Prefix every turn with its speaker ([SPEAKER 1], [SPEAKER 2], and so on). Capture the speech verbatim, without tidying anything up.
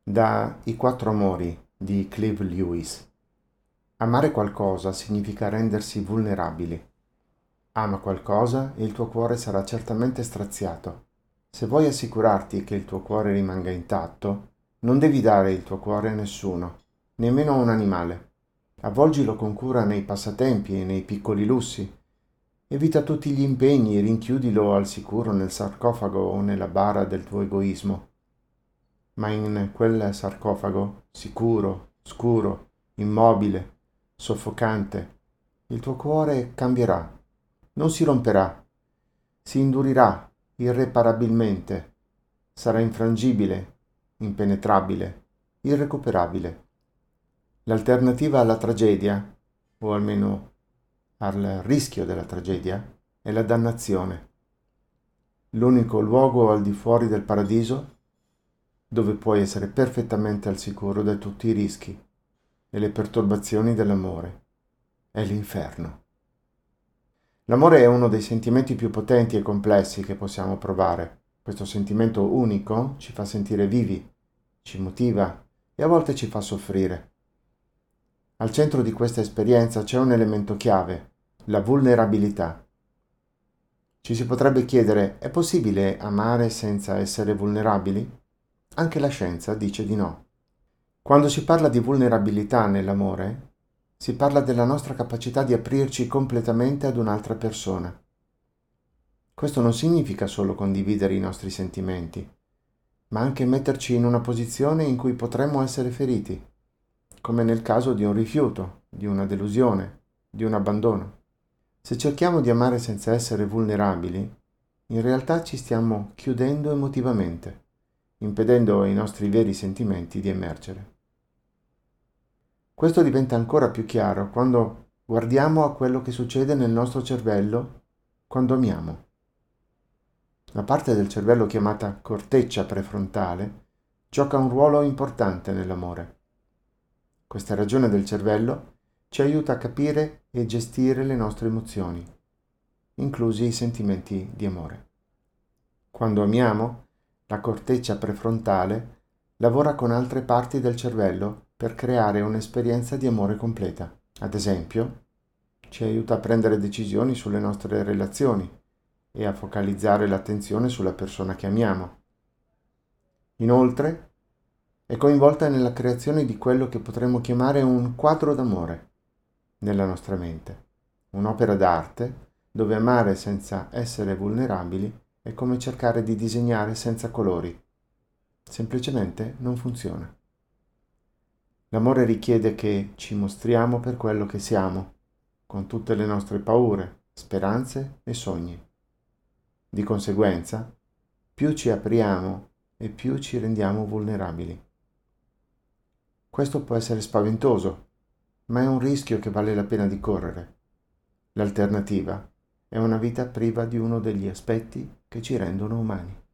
[SPEAKER 1] Da I quattro amori di Clive Lewis. Amare qualcosa significa rendersi vulnerabili. Ama qualcosa e il tuo cuore sarà certamente straziato. Se vuoi assicurarti che il tuo cuore rimanga intatto, non devi dare il tuo cuore a nessuno, nemmeno a un animale. Avvolgilo con cura nei passatempi e nei piccoli lussi. Evita tutti gli impegni e rinchiudilo al sicuro nel sarcofago o nella bara del tuo egoismo. Ma in quel sarcofago, sicuro, scuro, immobile, soffocante, il tuo cuore cambierà, non si romperà, si indurirà irreparabilmente, sarà infrangibile, impenetrabile, irrecuperabile. L'alternativa alla tragedia, o almeno al rischio della tragedia, è la dannazione. L'unico luogo al di fuori del paradiso dove puoi essere perfettamente al sicuro da tutti i rischi e le perturbazioni dell'amore. È l'inferno. L'amore è uno dei sentimenti più potenti e complessi che possiamo provare. Questo sentimento unico ci fa sentire vivi, ci motiva e a volte ci fa soffrire. Al centro di questa esperienza c'è un elemento chiave, la vulnerabilità. Ci si potrebbe chiedere, è possibile amare senza essere vulnerabili? Anche la scienza dice di no. Quando si parla di vulnerabilità nell'amore, si parla della nostra capacità di aprirci completamente ad un'altra persona. Questo non significa solo condividere i nostri sentimenti, ma anche metterci in una posizione in cui potremmo essere feriti, come nel caso di un rifiuto, di una delusione, di un abbandono. Se cerchiamo di amare senza essere vulnerabili, in realtà ci stiamo chiudendo emotivamente, impedendo ai nostri veri sentimenti di emergere. Questo diventa ancora più chiaro quando guardiamo a quello che succede nel nostro cervello quando amiamo. La parte del cervello chiamata corteccia prefrontale gioca un ruolo importante nell'amore. Questa regione del cervello ci aiuta a capire e gestire le nostre emozioni, inclusi i sentimenti di amore. Quando amiamo, la corteccia prefrontale lavora con altre parti del cervello per creare un'esperienza di amore completa. Ad esempio, ci aiuta a prendere decisioni sulle nostre relazioni e a focalizzare l'attenzione sulla persona che amiamo. Inoltre, è coinvolta nella creazione di quello che potremmo chiamare un quadro d'amore nella nostra mente, un'opera d'arte dove amare senza essere vulnerabili è come cercare di disegnare senza colori. Semplicemente non funziona. L'amore richiede che ci mostriamo per quello che siamo, con tutte le nostre paure, speranze e sogni. Di conseguenza, più ci apriamo e più ci rendiamo vulnerabili. Questo può essere spaventoso, ma è un rischio che vale la pena di correre. L'alternativa è una vita priva di uno degli aspetti che ci rendono umani.